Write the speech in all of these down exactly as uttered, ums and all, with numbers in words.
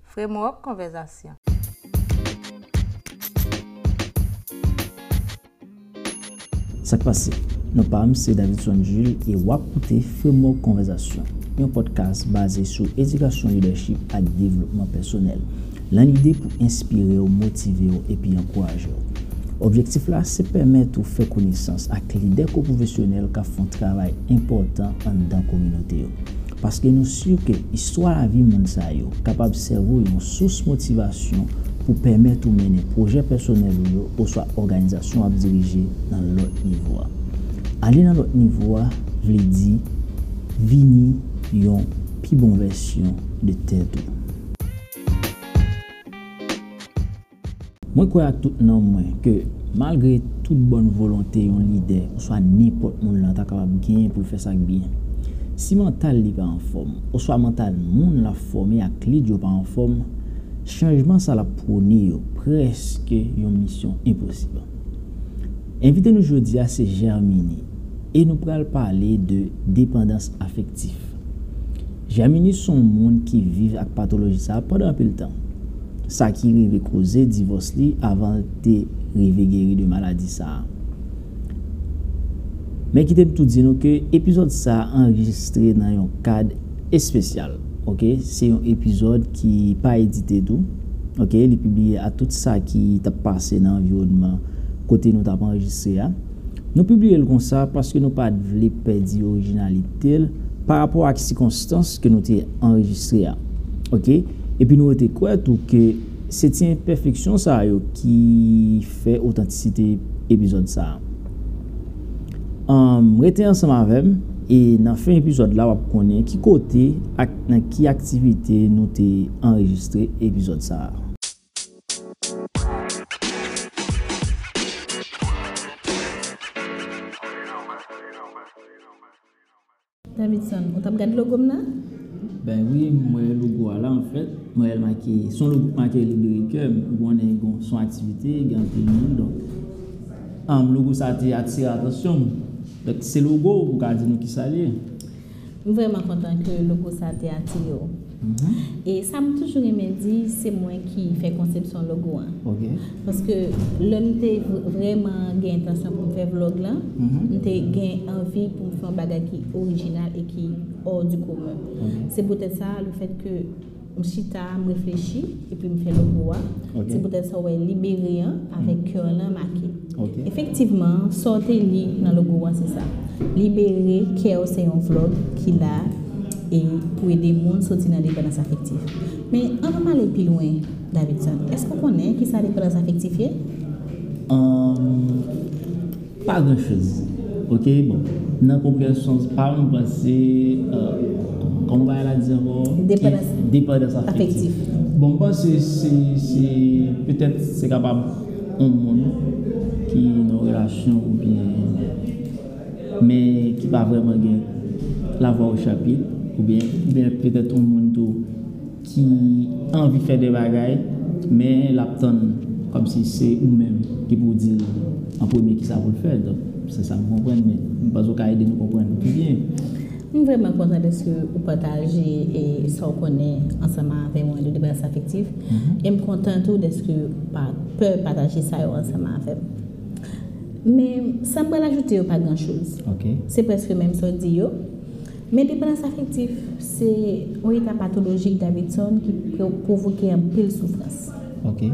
Framework conversation. Ça passe. Nous parlons c'est Davidson Jules et Wapoute Framework Conversation, un podcast basé sur éducation leadership et développement personnel. L'idée pour inspirer, motiver et puis encourager. L'objectif là, c'est permettre de faire connaissance avec les leaders professionnels qui font un travail important dans la communauté. Parce que nous sommes sûrs que l'histoire de la vie monde ça yo capable de servir une source de motivation pour permettre de mener projet personnel ou soit organisation à diriger dans l'autre niveau. Aller dans l'autre niveau veut dire venir une plus bonne version de tête. Moi crois tout non moi que malgré toute bonne volonté un leader ou soit n'importe monde là capable gagner pour faire ça bien. Si mental n'est pas en forme, ou soit mental moun la formé à clé pas en forme, changement ça la prôner presque une mission impossible. Invité nous aujourd'hui à c'est Germini et nous allons parler de dépendance affective. Germini sont monde qui vivent avec pathologie ça pendant un peu de temps. Ça qui arrive causer divorce li avant de arriver guéri de maladie ça. Mais qui t'aime tout dire nous que épisode ça enregistré dans un cadre spécial. OK, c'est un épisode qui pas édité tout. OK, il est publié à tout ça qui t'a passé dans l'environnement côté nous t'a enregistré. Nous publions comme ça parce que nous pas voulu perdre l'originalité par rapport à les circonstances que nous t'ai enregistré. OK, et puis nous était quoi tout que c'est une imperfection ça yo qui fait authenticité épisode ça. Um, restez ensemble avec et dans fin épisode là on va connaître qui côté dans qui activité nous t'ai enregistré épisode ça. Davidson, on t'a regardé le logo là? Ben oui, moi le logo là en fait, moi elle marqué son logo marqué Libérique, on est son activité, gagne tout le monde donc. Um, logo ça a attiré attention. Donc c'est le logo pour garder nous qui s'allie. Je suis vraiment content que le logo ça t'ait attiré. Mm-hmm. Et ça m'a toujours aimé dire c'est moi qui fais conception logo. Hein. Okay. Parce que l'homme t'ai vraiment gain intention pour faire vlog là, mm-hmm. t'ai gain envie pour faire un bagage qui original et qui hors du commun. Okay. C'est peut-être ça le fait que Mchita me réfléchit et puis me fait le logo. Okay. C'est peut-être ça ouais libéré hein, avec cœur là marqué. Okay. Effectivement, sortez-li dans le logo c'est ça. Libérer cœur c'est un vlog qui là et pour aider les gens sortir dans la dépendance affective. Mais on va aller plus loin Davidson. Est-ce qu'on connaît qui ça dépendance affective? Um, pas grand-chose. OK, bon. Dans la compréhension pas on penser euh, comment on va la dire dépendance, dépendance affective. affective. Bon, moi c'est c'est c'est peut-être c'est capable un monde qui une relation ou bien mais qui pas vraiment gain la voix au chapitre ou bien, ou bien peut-être un monde qui a envie de faire des bagailles mais l'attend comme si c'est ou même qui pour dire en premier qui ça pour le faire donc c'est ça vous comprenez mais pas au cas aider nous comprendre plus bien. Je suis vraiment content de ce que vous partagez et ça vous connaît ensemble avec moi de dépendance affective. Mm-hmm. Et je suis content tout de ce que vous pouvez partager ça ensemble avec moi. Mais ça me rajouter pas grand-chose. Okay. C'est presque même ça dit. Mais dépendance affective, c'est un état pathologique Davidson qui peut provoquer un peu de souffrance. OK.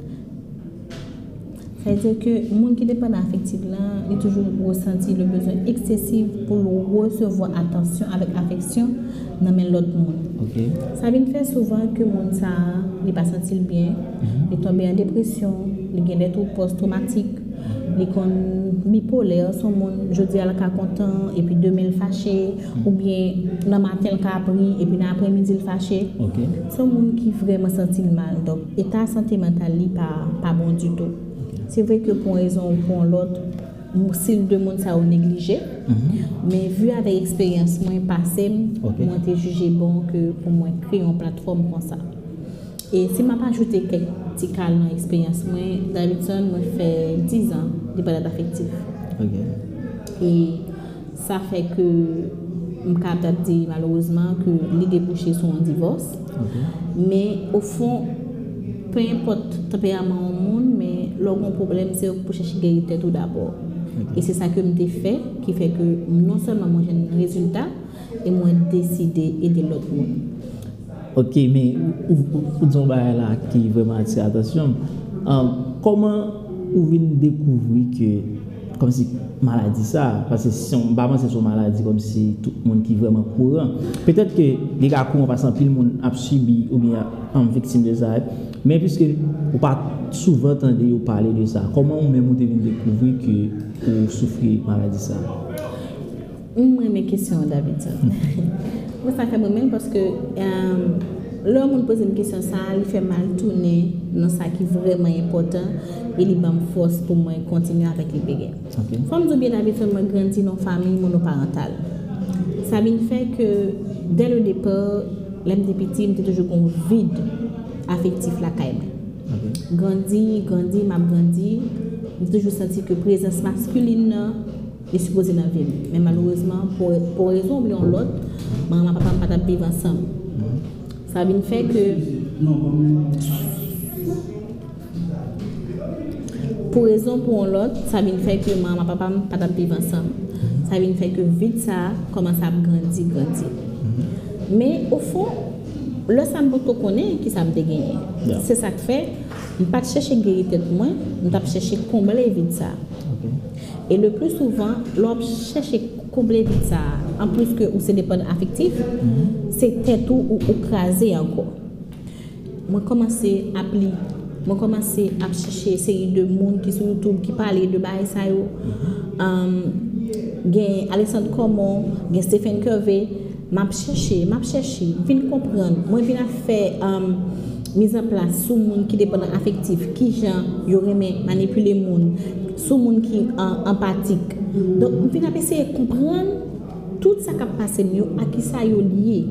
C'est-à-dire que le monde qui dépend affectif là, il toujours ressenti le besoin excessif pour recevoir attention avec affection dans l'autre monde. Okay. Ça vient faire souvent que le monde ça n'est pas senti bien, mm-hmm. il tombe en dépression, il a des troubles post-traumatiques, il est bipolaire, son monde jeudi à la cas content et puis demain il fâché, mm-hmm. ou bien le matin il a pris et puis l'après-midi il fâché. Okay. C'est un monde qui vraiment senti mal. Donc état santé mental n'est pas pas bon du tout. C'est vrai que pour une raison ou pour l'autre, si le monde ça a négligé, mm-hmm. mais vu avec l'expérience moi passée, okay. moi j'ai jugé bon que pour moi créer une plateforme comme ça. Et si m'a pas ajouté quelques petits cas dans l'expérience moi, Davidson moi fait dix ans de dépendance affective. Okay. Et ça fait que je suis capable de dire malheureusement que les débouchés sont en divorce. Okay. Mais au fond, peu importe le tempérament au monde, mais le problème, c'est pour chercher guérison tout d'abord. Okay. Et c'est ça que je fait, qui fait que non seulement moi j'ai un résultat, et moi décidé d'aider l'autre monde. Ok, mais vous disons là qui vraiment attire l'attention. Um, comment vous venez découvrir que comme si maladie ça, parce que si on va penser sur maladie comme si tout le monde qui est vraiment courant, peut-être que les gars courant parce que tout le monde a subi ou bien en victime de ça, mais puisque vous pas souvent entendez ou parler de ça, comment vous même vous devez découvrir que vous souffrez maladie ça? Moi mes questions David. Moi ça fait moi-même parce que euh, l'homme me pose une question ça, il fait mal tourner dans ça qui est vraiment important et il m'a force pour moi continuer avec les bébés. Okay. Comme je bien David, moi grandi dans une famille monoparentale. Ça vient fait que dès le départ, l'homme de petit, j'étais toujours un vide affectif la caille. Okay. Grandi, grandi, m'a grandi, j'ai toujours senti que présence masculine est supposée dans la vie. Mais malheureusement, pour, pour raison ou l'autre, maman et papa ne peuvent pas vivre ensemble. Mm-hmm. Ça vient fait que pour raison pour l'autre, ça vient fait que maman et papa ne peuvent pas vivre ensemble. Mm-hmm. Ça vient fait que vite ça commence à grandir, grandir. Mm-hmm. Mais au fond, le sambo que connaît qui ça me gagné. Yeah. C'est ça que fait, je ne pas chercher guérir tête moi, je pas chercher combler vite ça. Okay. Et le plus souvent, l'on cherche combler vite ça. En plus que ou c'est des points affectifs, mm-hmm. c'est tête ou ou craser encore. Moi commencer à appeler, moi commencer à chercher une série de monde qui sur YouTube qui parlent de bail ça yo. Gain Alexandre Comon, gain Stephen Covey. M'a cherché, m'a cherché, viens comprendre. Moi viens faire um, mise en place sous monde qui dépendant affectif, qui gens yo remet manipuler monde, sous monde qui uh, empathique. Donc viens essayer de comprendre tout ça qui passe mieux à qui ça yo lié.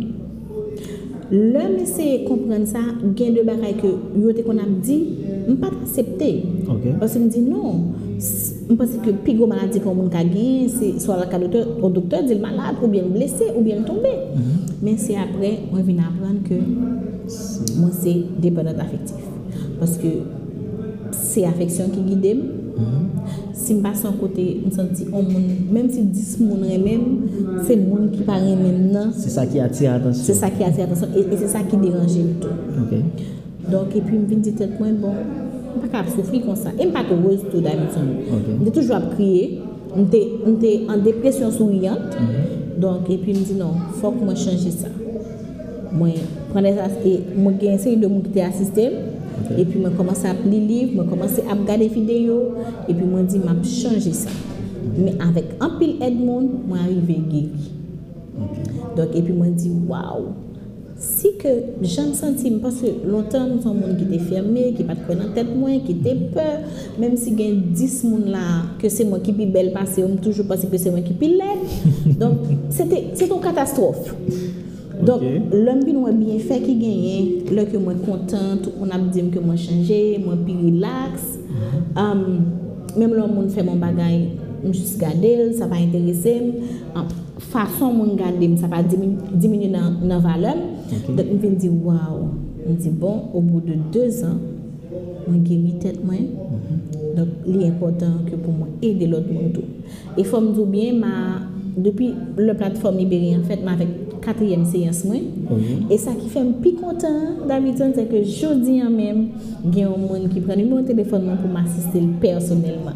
L'homme essayer de comprendre ça, gain de bagaille que yo te qu'on a dit, on pas accepter. Okay. Parce que me dit non. Je pense que la plus grande maladie qu'on a gagnée, c'est soit le docteur dit malade, ou bien blessé, ou bien tombé. Mm-hmm. Mais c'est après, on vient apprendre que moi, c'est dépendant affectif. Parce que c'est l'affection qui guide. Mm-hmm. Si je passe en côté, je me sens même si dix personnes même, c'est le monde qui paraît même. C'est ça qui attire l'attention. C'est ça qui attire l'attention et, et c'est ça qui dérange le tout. Okay. Donc, et puis, je me dis tête moi, bon. Je ne peux pas souffrir comme ça. Je ne suis pas heureuse tout d'habitude. Je suis toujours à crier. Je suis en dépression souriante. Mm-hmm. Donc, et puis je me dis non, il faut que moi change ça. Moi, prends des et moi j'ai essayé de m'occuper assisté. Okay. Et puis je commence à lire des livres, je commence à regarder des vidéos. Et puis je me dis, je vais changer ça. Mm-hmm. Mais avec un pile Edmond, je suis arrivé guéri. Okay. Donc, et puis je me dis, waouh! Si que j'en senti parce que longtemps nous sommes monde qui était fermé, qui pas de dans tête moi, qui était peur, même si gagne dix monde là que c'est moi qui plus belle passer, on toujours penser que c'est moi qui plus laide. Donc c'était c'est une catastrophe. Donc okay. L'homme qui nous a bien fait qui gagne, là que moi contente, on a dit que moi changé, moi plus relax. Um, même l'homme fait mon bagage, je juste garder, ça va intéresser. Um, façon mon garder, ça va diminuer dans dans valeur. Okay. Donc, je me dis, waouh, je me dis, bon, au bout de deux ans, je guéris tête moi. Mm-hmm. Donc, l'important que pour moi, aider l'autre monde. Et il faut me dire bien, ma, depuis la plateforme Libéria, en fait, ma avec quatrième séance, moi. Mm-hmm. Et ça qui fait me plus content, d'habitude, c'est que je dis même, il y a un monde qui prend mon téléphone pour m'assister personnellement.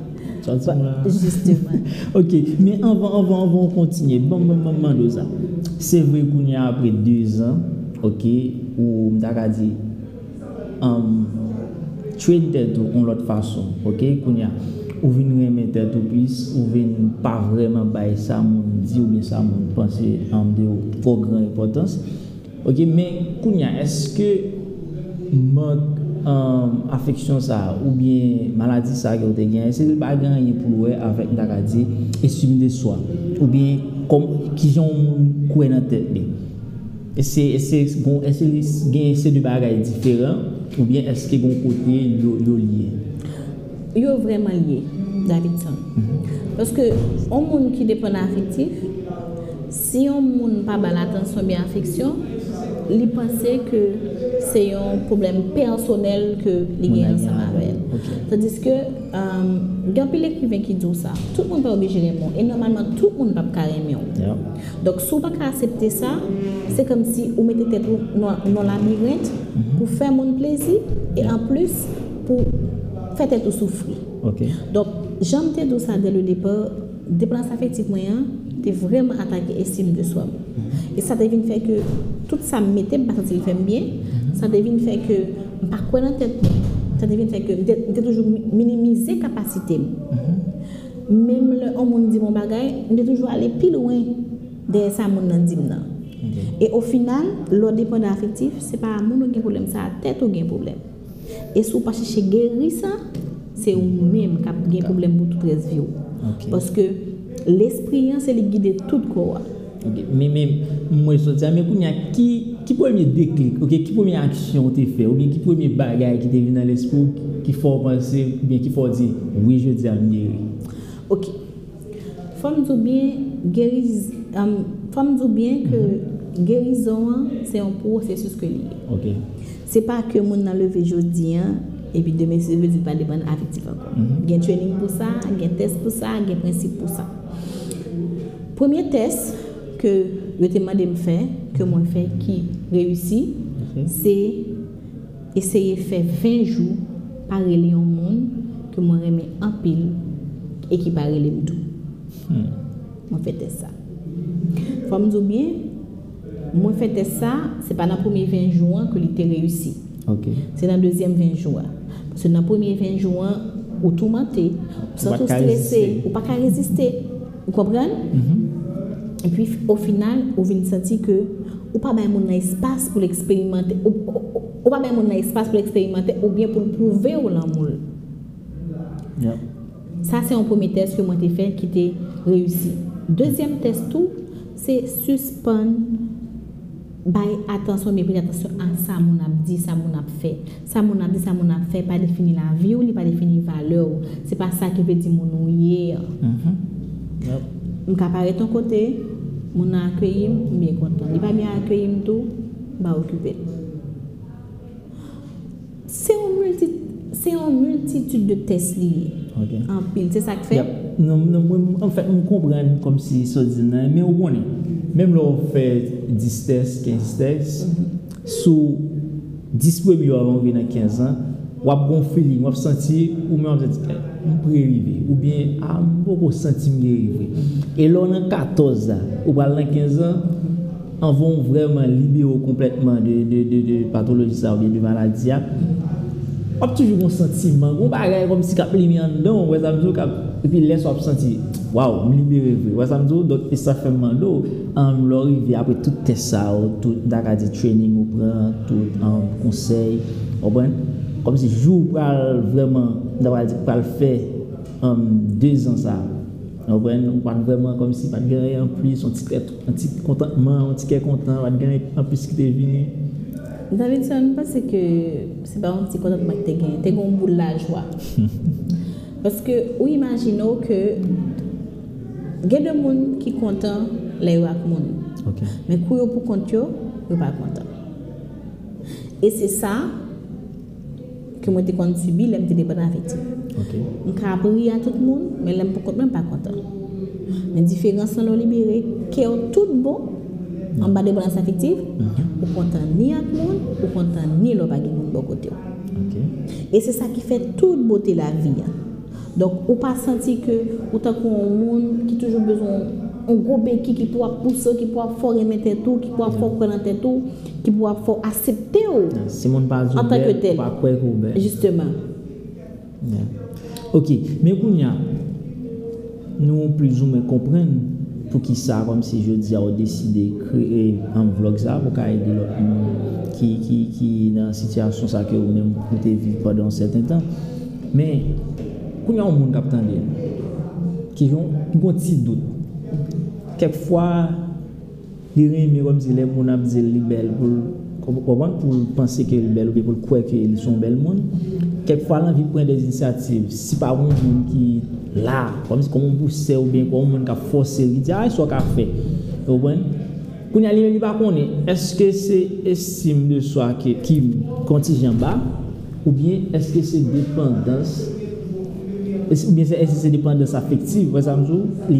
Justement. Ok, mais avant, avant, avant de continuer, bon, bon, bon, bon, ça. C'est vrai qu'on y a après deux ans, ok, où on dit, um, tuer tête de l'autre façon, ok, qu'on y a, ou venir remettre tête au plus, ou venir pas vraiment bailler ça, mon dit ou bien ça, mon penser en de trop grande importance, ok, mais qu'on y a, est-ce que manque Um, affection ça ou bien maladie ça que tu gagné c'est pas gagner pour avec ndakadi estime de soi ou bien comme qui ont quoi dans tête et c'est c'est bon est-ce que gagner c'est deux bagages différents ou bien est-ce que bon côté yo lié yo vraiment lié Davidson. Mm-hmm. Parce que un monde qui dépend affectif si on n'a pas l'attention bien affection, il pensait que c'est un problème personnel que les gens ensemble avec. Tandis que il y a plein d'écrivains qui disent ça. Tout le monde pas obligé de monde et normalement tout le monde pas carrément. Yeah. Donc si on pas accepter ça, c'est comme si on mettait tête dans la labyrinthe mm-hmm. pour faire mon plaisir et yeah. en plus pour faire tête souffrir. Okay. Donc j'aime te dire ça dès le départ, dépendance affective moyen, tu vraiment attaqué l'estime de soi. Mm-hmm. Et ça devine faire que tout ça me mettait parce qu'il fait bien, mm-hmm. ça devine faire que pas quoi dans tête. Ça devient fait que je toujours minimiser la capacité. Mm-hmm. Même le on dit mon bagage, je toujours aller plus loin de ça mon dit non. Et au final, le dépendant affectif, c'est pas mon qui problème ça tête ou gain problème. Et si vous pas chercher guérir ça, c'est vous même qui a un problème pour toute reste vie. Okay. Parce que l'esprit c'est le guide tout corps. Okay. Mais mais moi je dis mais qui qui premier déclic, OK, qui première action tu fait ou bien qui premier bagage qui te vient dans l'esprit qui faut penser ou bien qui faut dire oui je dis à guérir. OK. Faut me dire bien guérison um, faut me dire bien que mm-hmm. guérison c'est un processus que lié. OK. C'est pas que mon a levé jodi et puis demain c'est veut dire pas dépendre affectif encore. Il y a un training pour ça, il y a un test pour ça, il y a un principe pour ça. Premier test que je te demande de me faire, que moi fait qui réussit, okay. c'est essayer de faire vingt jours par les monde que moi remets en pile et qui parle les tout. Moi fait ça. Faut me dire bien, moi fait ça, c'est pas dans le premier vingt jours que il a réussi. Okay. C'est dans le deuxième vingt jours. Parce que dans le premier vingt jours, ou tout menté, sans tout stresser, ou pas qu'à résister. Vous comprenez? Mm-hmm. Et puis au final, on vient sentir que ou pas bien mon espace pour l'expérimenter, ou, ou, ou pas bien mon espace pour l'expérimenter, ou bien pour le prouver au l'amour. Yeah. Ça c'est un premier test que moi j'ai fait qui était réussi. Deuxième test tout, c'est suspendre. Bah attention mais attention à ça mon a dit ça mon a fait ça mon a dit ça mon a fait pas définir la vie ou pas définir valeur c'est pas ça qui veut dire mon hier on capable ton côté mon a accueilli bien content il pas bien accueilli tout bah occuper c'est un multi c'est une multitude de tests liés okay. En pile c'est ça que fait yep. non, non, en fait on comprend comme si ça dit mais on connaît même là on fait dix tests quinze tests mm-hmm. Sous dix premiers avant de venir à quinze ans ou a bon feeling ou a senti ou même on dit on peut arriver ou bien ah on senti mieux arriver et là on a quatorze ans ou pas dans quinze ans on va vraiment libérer complètement de de de, de pathologie ça ou bien de maladie on a toujours un sentiment on bagaille comme si cap les en dedans ouais ça me dit et puis laisse on sentir waouh me libérer ouais ça me dit donc ça fait mal en l'arrivée après tout test ça tout d'accord dit training ou prend tout en conseil comme si jour pour vraiment d'avoir dit pas le faire en deux ans ça on pas vraiment comme si pas gagner en plus un petit un petit contentement un petit content pas gagner en plus qui t'est venu. Davidson, parce que c'est pas un petit contentement que tu gagné, tu as un bout de la joie. Parce que ou imaginons que il y a des gens qui sont contents les gens okay. Mais quand ils pour compte yo, ils pas contents. Et c'est ça que moi j'ai subi l'aime de dépendance affective. OK. On a appris à tout le monde, mais l'aime pour compte même pas content. Mais différence sont libéré qui est tout bon en bas de dépendance affective, ou content ni avec monde, ou content ni le pas de bon côté. OK. Et c'est ça qui fait toute beauté la vie. Donc, on pas sentir que autant qu'on monde qui toujours besoin un gros béquille qui pourra pousser, qui pourra fort remettre tout, qui pourra fort prendre tout, qui pourra fort accepter c'est mon pas en tant que tel. Pas quoi justement. Yeah. OK, mais Kounia nous plus ou moins comprendre pour qui ça comme si je dis a décidé créer un vlog ça pour aider l'autre monde qui qui qui dans situation ça que vous même vous vivre pendant un certain temps. Mais quand il y a un monde qui ont un petit doute, quelquefois, il y a comme si les gens ont dit qu'ils sont belles pour penser qu'ils sont belles ou pour croire qu'ils sont belles. Quelquefois, l'envie de prendre des initiatives. Si pas un monde qui est là, comme si on pousse ou bien comme un monde qui a forcé, il dit ah, il soit fait. Vous comprenez? Quand il n'y a pas est-ce que c'est estime de soi qui qui contingent bas ou bien est-ce que c'est dépendance ou bien est-ce que c'est dépendance affective par exemple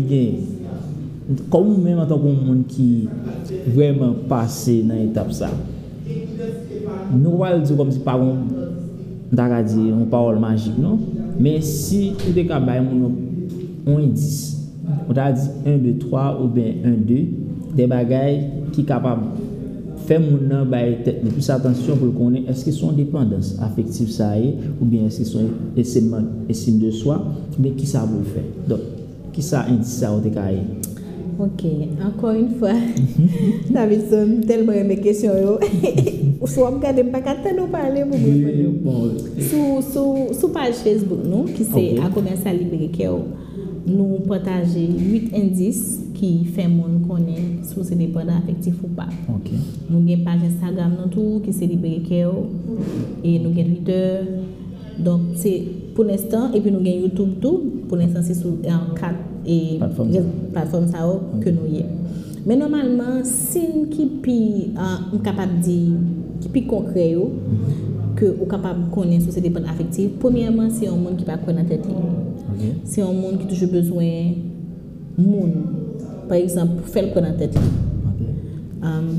comme même en tant que monde qui vraiment passé dans l'étape ça nous allons dire comme si par on t'a dit une parole magique non mais si tu es capable on indice on t'a dit un deux trois ou bien un deux des bagailles qui capable faire mon nan bail tête plus attention pour connaître est-ce que son dépendance affective ça est ou bien est-ce que son estime estime de soi mais qui ça vous faire donc qui ça indice ça au décaille. OK, encore une fois, Davidson tellement mes questions yo. Soit regarder pas qu'attendre nous parler pour répondre. Sur sur sur page Facebook nous qui c'est à commercial libéré nous partager huit indices qui fait monde connaît sous c'est dépendant affectif ou pas. OK. Nous avons page Instagram nous tout qui c'est libéré et nous avons Twitter. Donc c'est pour l'instant et puis nous avons YouTube tout pour l'instant c'est sur en quatre et plateforme plateforme ça que nous y. Mais normalement signe qui pi euh, capable dire qui pi concret yo que ou capable connaître sur ces dépendants affectifs. Premièrement, c'est un monde qui pas connaître tête. OK. C'est un monde qui toujours besoin monde par exemple pour faire connaître tête. OK. Um,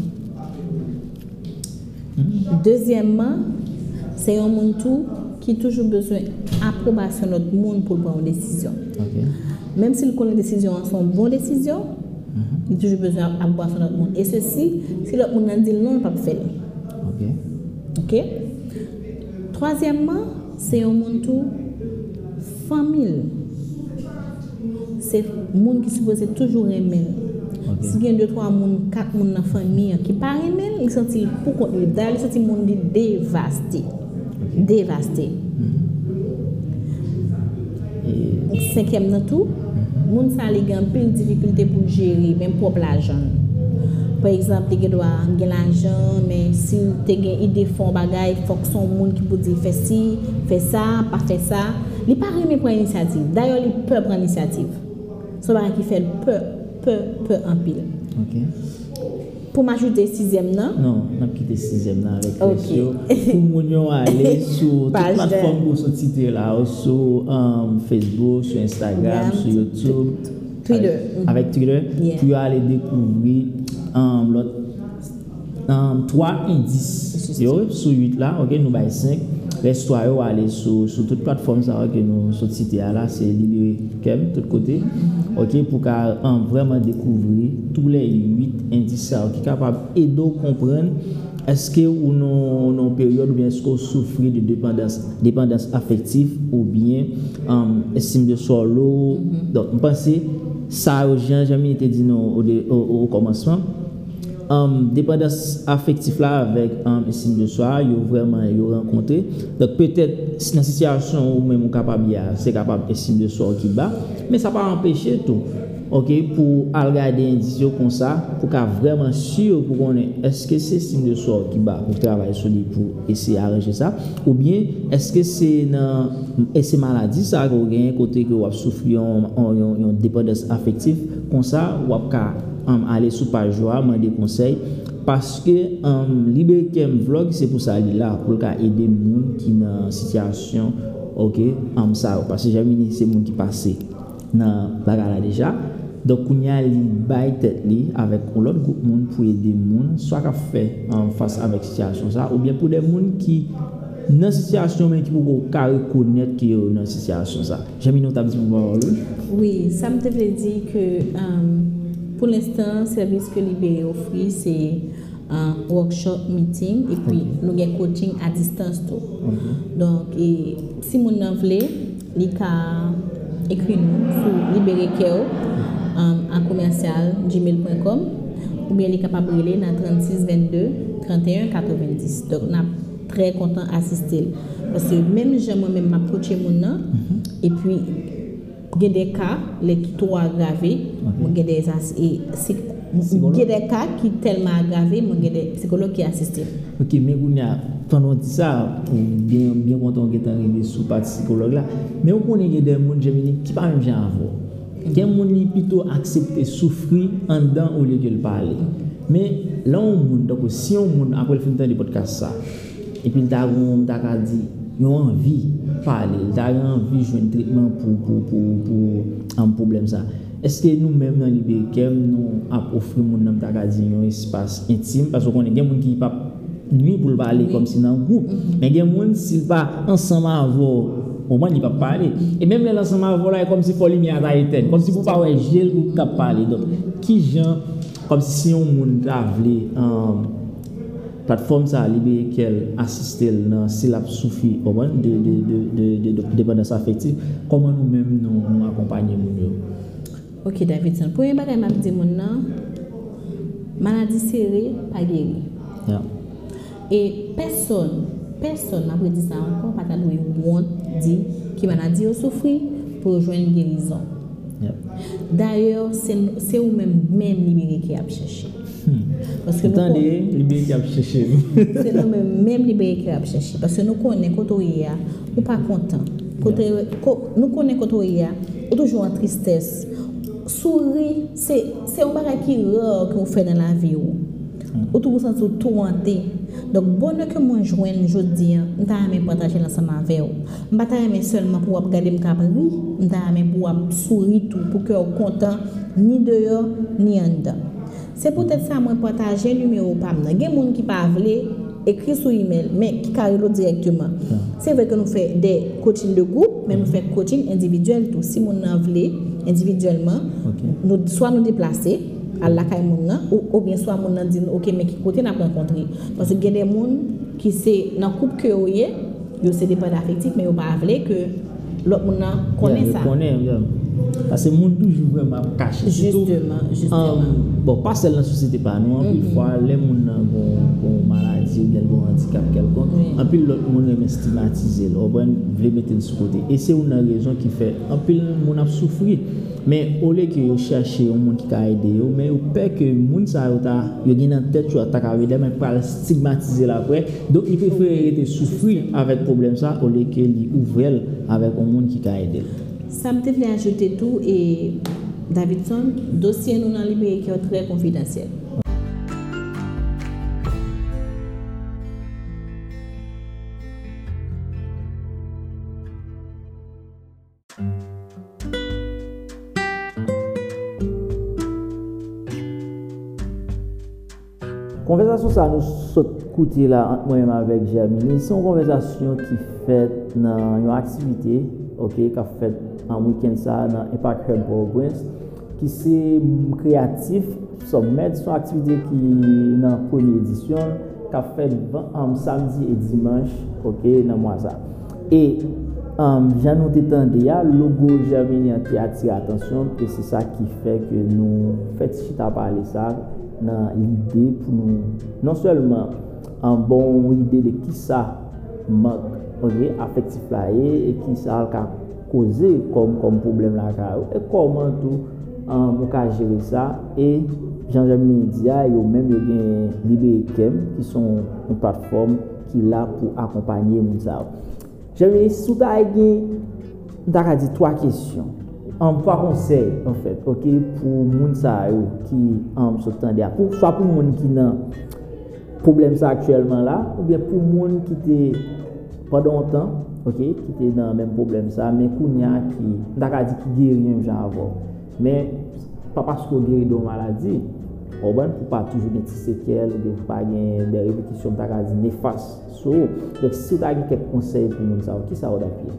mm-hmm. Deuxièmement, c'est un monde tout qui toujours besoin approbation de notre monde pour prendre une décision. Okay. Même s'il connaît des décisions sont bonnes décisions, mm-hmm. il a toujours besoin d'approbation de notre monde. Et ceci, si l'autre monde dit non, il ne peut pas faire. OK. OK. Troisièmement, c'est un monde tout famille. C'est un monde qui supposé toujours aimer. Okay. Si il y a deux, trois monde, quatre monde dans la famille qui ne pas aimer, ils sont pour contre lui. D'ailleurs, ils sont monde dévasté. Dévasté. Mm-hmm. Et cinquième dans tout, mm-hmm. monde ça les gagne plein de difficultés pour gérer même pour l'argent. Par exemple, tu dois gagner l'argent mais si tu as une idée fond bagaille, faut que son monde qui peut dire fais ci, fais ça, pas faire ça, il pas aimer prendre initiative. D'ailleurs, il peut prendre initiative. C'est pas qui fait peur, peur, peur en pile. OK. Pour m'ajouter sixième non? Non, on a quitté sixième là avec okay. Pour mon aller sur toute plateforme pour ce titre là, sur um, Facebook, sur Instagram, yeah. Sur YouTube, Twitter. Avec, avec Twitter, yeah. Tu vas aller découvrir um, l'autre um, trois indices. Yo, sur huit là, OK, nous bail cinq. Reste toi yo aller sur sur toute plateforme ça que nous sur site là, c'est libéré Kem tout côté. OK, pour qu'à um, vraiment découvrir tous les huit indices qui capable aider comprendre est-ce que ou non non période ou bien est-ce qu'on souffre de dépendance dépendance affective ou bien um, estime de soi low. Mm-hmm. Donc on pense ça Jean jamais été dit non au, au, au commencement. Um, dépendance affective là avec um, estime de soi, yo vraiment yo rencontré. Donc peut-être si dans situation ou même capable c'est capable estime de soi qui bas, mais ça pas empêcher tout. OK pour regarder indice comme ça pour qu'à vraiment sûr pour qu'on est-ce que c'est estime de soi qui bas pour travailler sur lui pour essayer d'arranger ça ou bien est-ce que c'est dans et c'est maladie ça qu'on gagne côté que on souffrir en dépendance affective comme ça ou ka Um, aller sur page joie demander conseil parce que um, Liberkem vlog c'est pour ça là pour aider monde qui dans situation OK um, ça parce que jamais c'est monde qui passé dans bagala déjà donc on y a li bay tête li avec l'autre groupe monde pour aider monde soit qu'a fait en um, face avec situation ça ou bien pour des monde qui dans situation mais qui pour reconnaître qui est dans situation ça jamais nous t'a dit oui ça me te veut dire que um, pour l'instant, le service que Libéré offre, c'est un workshop, meeting, et puis okay. Nous avons coaching à distance. Tout. Okay. Donc, et, si vous voulez, vous pouvez écrire nous sur libérekeo um, en commercial gmail point com ou bien vous êtes capable de dans trente-six vingt-deux trente et un quatre-vingt-dix. Donc, nous sommes très contents d'assister. Parce que même j'ai moi-même m'approché mon nom, mm-hmm. Et puis, il y a des cas les qui sont aggravés, il y a des il y a des cas qui sont tellement aggravés, il y a des psychologues qui assistent. OK, mais pendant ça, bien bien content que tu arrivé sous partie psychologue là, mais on connaît des gens qui pas même gens avant. Il y a des gens qui plutôt accepter souffrir en dedans au lieu de parler. Mais là, on monde donc si on monde après le fin de podcast ça et puis il a dit il a envie de parler, il a envie de jouer un traitement pour pour pour pour un problème ça. Est-ce que nous-mêmes dans l'Ibéricain nous offrons mon nom un espace intime parce qu'on est des gens qui pas nuit pour parler oui. Comme si dans un groupe, mm-hmm. Mais il y a des gens s'ils pas ensemble avant au moins il pas parler et même les ensemble avant là comme si faut lumière à éteindre comme si pour pas ouais gel pour cap parler donc qui gens comme si on monde avlé en plateforme ça libérer qu'elle assister dans s'il a souffert au moins de de de de de dépendance affective comment nous-mêmes nous nous accompagner nous. OK Davidson pour bagay m'a dit mon nan maladie serrée pas guéri. Yeah. Et personne personne m'a dit ça encore pas doit honte dit qui maladie au souffrir pour rejoindre une guérison. Yeah. D'ailleurs c'est c'est ou même même libéré qui a cherché. Hmm. Parce que attendez libéré qui a cherché. C'est nous même même libéré qui a cherché parce que nous connaissons côté ya ou pas content. Côté nous connaissons côté ya ou toujours en tristesse. Sourire c'est c'est un bagage qui rare qu'on fait dans la vie ou ou tout vous sentez tout hanté. Donc bonheur que moi joindre jodi on t'a même partager ensemble avec vous. M'pa t'a même seulement pour regarder m'ka rire, on t'a même pour sourire tout pour que content ni dehors ni en dedans. C'est peut-être ça moi partager numéro pas m'nan. Gen moun qui pas vle écrit sur email mais qui carrelo directement. C'est vrai que nous fait des coaching de groupe mais nous fait coaching individuel tout si moun nan vle individuellement okay. Nous soit nous déplacer à la caille moun nan ou, ou bien soit moun nan dit OK mais qui côté n'a rencontrer parce que il y a des moun qui c'est dans couple que yo yé yo c'est dépendant affectif mais yo pas vle que l'autre moun nan connaît yeah, ça connaît yeah. Parce que moun toujours vraiment caché justement justement um, bon pas seulement dans la société pas nous en plus fois les moun nan gon maladie ou bien gon handicap quelconque en plus l'autre moun aime stigmatiser l'on veut mettre de côté et c'est une raison qui fait en plus moun a souffrir mais au lieu que chercher un monde qui va aider mais au peur que moun ça yo gen en tête tu attaque avec dem mais pas stigmatiser là après donc il préfère rester souffrir avec problème ça au lieu que lui ouvrir avec un monde qui va aider. Ça me fait ajouter tout et Davidson dossier nous dans libéré qui est très confidentiel. Conversation ça nous saute côté là entre moi-même avec Germini, c'est une conversation qui fait dans une activité OK qui a fait en week-end ça dans Impact Hub Port-au-Prince qui c'est créatif sommet son activité qui dans première édition qui a fait um, samedi et dimanche OK dans mois ça et um, j'ai noté tandis ya logo Germini a attiré attention et c'est ça qui fait que nous fait chita parler ça dans l'idée pour nous non seulement un bon idée de qui ça manque OK affectif là et qui ça a causé comme comme problème là et comment tout en pour gérer ça et Jean-Jacques Média et même yo gen Libéricam qui sont une plateforme qui là pour accompagner moun ça. J'aimerais sous ta gen t'as dit trois questions. En trois conseils en fait OK pour moun ça qui en s'entendait pour soit pour moun qui nan problème ça actuellement là ou bien pour moun qui était pendant longtemps OK qui était dans même problème ça mais kounya qui t'as dit qui guéri un genre avant mais pas parce qu'on guérit de maladie on va pas toujours des séquelles ou pas des répétitions t'as dit néfastes so donc si tu as quelques conseils pour moun ça qui ça va d'appuyer.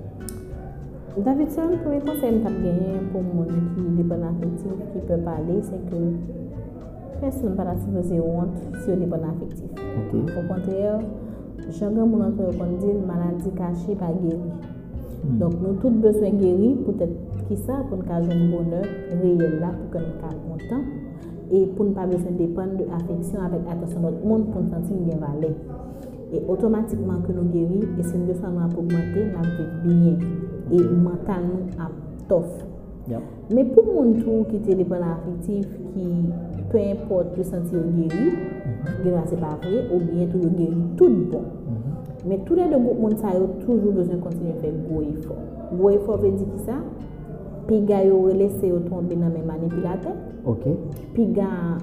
Davidson, le premier conseil que je gagné pour les gens qui dépendent affectif, qui peut parler, c'est que personne ne peut pas se honte si on dépend affectif. Okay. Au contraire, chaque monde qui dit maladie cachée pas guérie. Hmm. Donc nous tous besoin guérir peut-être qui ça pour nous avoir un bonheur réel là pour que nous soyons contents et pour ne pas besoin dépendre de l'affection avec attention notre monde pour nous sentir bien valeur. Et automatiquement que nous guérir et si nous besoin augmenter, nous vivons bien. Et mentalement à tough. Yep. Mais pour mon tour qui était dépendant affectif qui peu importe le sentir guéri, guéri c'est pas vrai ou bien tout guéri tout bon. Mm-hmm. Mais tous les deux groupes monde ça toujours besoin de continuer à faire gros effort. Gros effort veut dire qui ça? puis gars yo laissé yo tomber dans mes manipulateurs. OK. Puis gars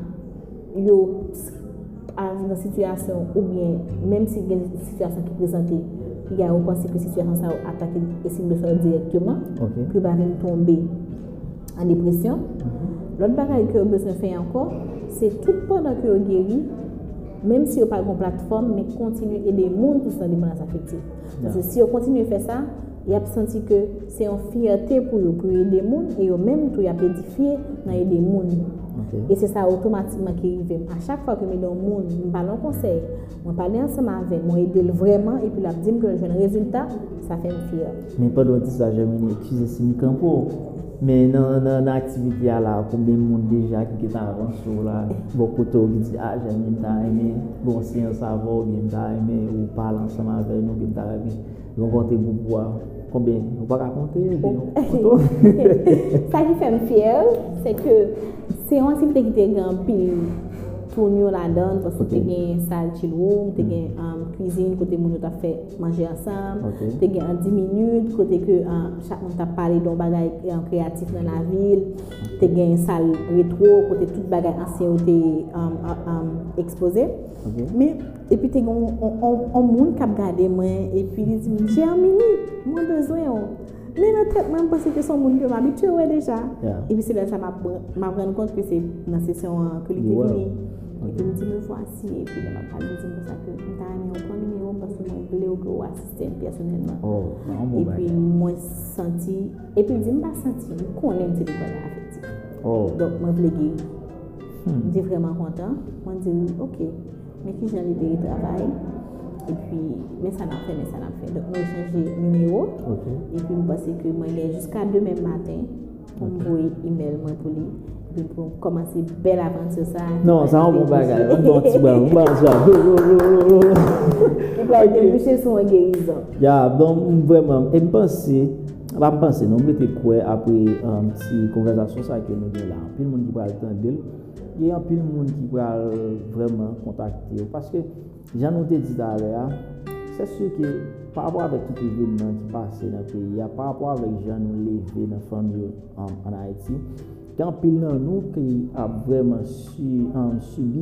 yo dans situation ou bien même si il y a une situation qui présente puis gars yo pense que situation ça attaquer essayer de faire directement. OK. Puis va tomber en dépression. Mm-hmm. L'autre bagaille que vous besoin faire encore, c'est tout pendant que vous guéri, même si vous n'avez pas de plateforme, mais continuez à aider les gens pour la dépendance affective. Parce que si vous continuez à faire ça, vous avez senti que c'est une fierté pour vous, pour aider les gens, et vous-même, vous avez édifié dans aider les gens. Okay. Et c'est ça automatiquement qui arrive. À chaque fois que je me donne un monde, je parle un conseil, je parle ensemble avec moi, je aide vraiment, et puis là, je dis que j'ai un résultat, ça fait me fier. Mais pas de ça, j'ai excusez si je campo. Mais dans l'activité là, combien de monde déjà qui est en sur là, beaucoup de gens qui disent ah j'aime bien aimé, bon si on savoir bien aimé ou parle ensemble avec nous bien aimé, donc on te boire combien, on va raconter ou ça qui fait me fier, c'est que c'est une activité qui est grand pile pour nous là-dedans parce que tu as une salle chill room, tu as une cuisine côté où tu as fait manger ensemble, tu as en dix minutes côté que chaque monde t'a parlé d'un bagage créatif dans la ville, tu as une salle rétro côté tout bagage ancien où tu exposé. Mais et puis tu as un monde qui a regardé moi et puis il dit j'ai un mini, moi besoin. Mais dans tête même parce que son monde que m'habitué déjà. Et puis c'est là ça m'a m'a rendu compte que c'est dans session que il était venu. Et puis, je me voici, et puis, je m'a parlé de ça que je n'ai pas numéro parce que je voulais que assistant personnellement. Oh, et puis, moi, senti, et puis, je ne pas senti, je connais ce dépendance affectif. Oh. Donc, je voulais guérir. Hmm. J'étais vraiment content. Je me dis, ok, mais qui j'ai libéré le travail. Et puis, mais ça n'a fait, mais ça n'a fait. Donc, moi, j'ai changé le numéro. Okay. Et puis, je pense que moi, il est jusqu'à demain matin pour me envoyer email pour lui. Pour commencer belle aventure ça. Non, ça on va bagage. On va petit on va ça. Et là déboucher sur une guérison. Ya, donc vraiment et penser, va penser non mettre quoi après une petite conversation ça que nous là. Puis le monde qui va attendre, il y a plus de monde qui va vraiment contacter parce que j'en ai dit d'ailleurs, c'est sûr que par rapport avec tout événement qui passe dans le pays, par rapport avec les gens nous lever dans famille en Haïti. Quand pile dans nous qui a vraiment su, um, subi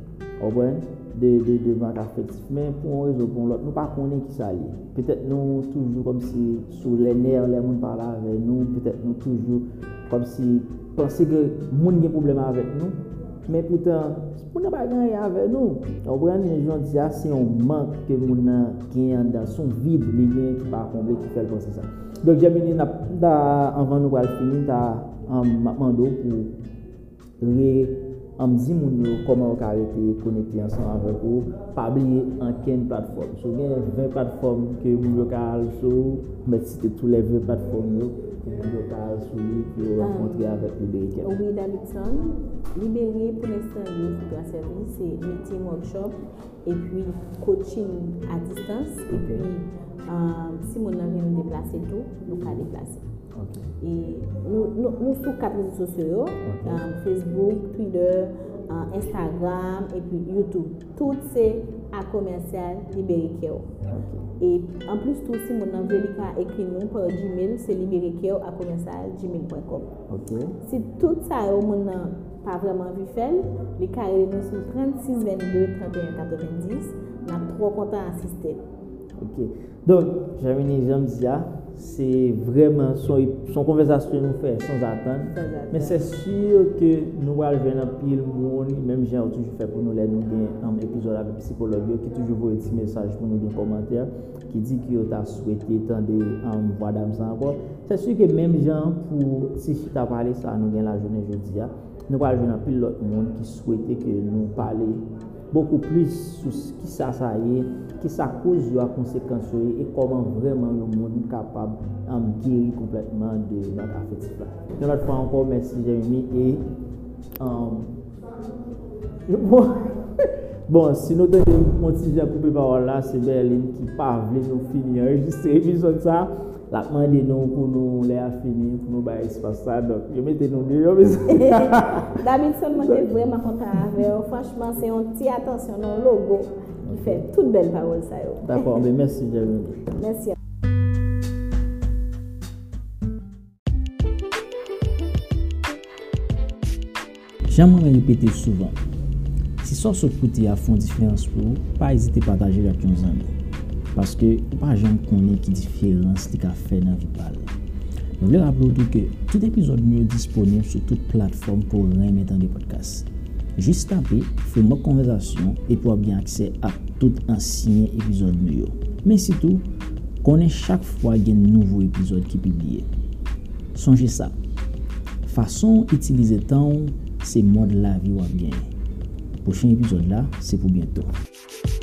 de de de manque affectif mais pour une raison pour l'autre nous pas connaît qui ça lié peut-être nous toujours comme si sous les nerfs les gens parlent avec nous peut-être nous toujours comme si penser que monde a problème avec nous mais pourtant on n'a pas gagné avec nous on voit les gens dire c'est un manque que mon qui dans son vide les liens qui pas combler qui fait penser ça donc j'ai mis avant nous va finir ta m'a demandé pour ré en dit comment on arrêter connecter ensemble avec vous pas oublier en quelle plateforme so il y a vingt plateformes que vous local so mais c'était tous les vingt plateformes que vous local sur pour rencontrer avec Libéré. Oui Davidson Libéré pour l'instant c'est un service c'est meeting workshop et puis coaching à distance et puis euh, si mon envie de déplacer tout nous pas déplacer. Okay. Et nous, nous, nous sur quatre réseaux sociaux, okay. um, Facebook, Twitter, uh, Instagram et puis YouTube. Tout c'est à commercial Libéré Keo. Okay. Et en plus, tout si mon envie écrit nous par Gmail, c'est libéré keo à commercial gmail point com. Okay. Si tout ça, on n'a pas vraiment vu faire, les carrés nous sur trente-six vingt-deux trente et un quatre-vingt-dix, on a trois comptes à assister. Ok. Donc, j'avais une jambe c'est vraiment son, son conversation nous fait sans attendre. Mais c'est sûr que nous allons venir un pile monde, même j'ai toujours fait pour nous les nous un épisode avec psychologue qui toujours voit un petit message pour nous des commentaires qui dit que tu souhaité tant de en voix d'âme ça encore. C'est sûr que même gens pour si tu as parlé ça nous gain la journée jeudi nous allons venir un pile l'autre monde qui souhaitait que nous parler beaucoup plus sur ce qui ça ça y est, qui ça cause la conséquence et comment vraiment le monde est capable de guérir complètement de notre affectif là. Une autre fois encore merci Jérémy et um, bon, bon si nous avons un petit peu pour parole là c'est Berlin qui parle nous finir enregistrer l'épisode ça la demande nous pour nous les finir pour nous bailler espace ça donc je mettez nous dehors David seulement t'es vraiment content avec franchement c'est un petit attention dans le logo qui fait toute belle parole ça yo. D'accord mais merci Jérémy. Merci. J'aimerais répéter souvent. Si ça se côté à fond différence pour vous, pas hésiter à partager avec nos amis. Parce que pas jamais connaître qui différence qui a fait dans la vie parle. Je voulais rappeler que tout épisode est disponible sur toute plateforme pour remettre des podcasts. Juste taper, faire ma conversation et pour bien accès à tout ancien épisode mieux. Mais surtout, connaît chaque fois qu'il y a un nouveau épisode qui est publié. Songez ça. Façon utiliser temps, c'est mode la vie ou bien. Prochain épisode là, c'est pour bientôt.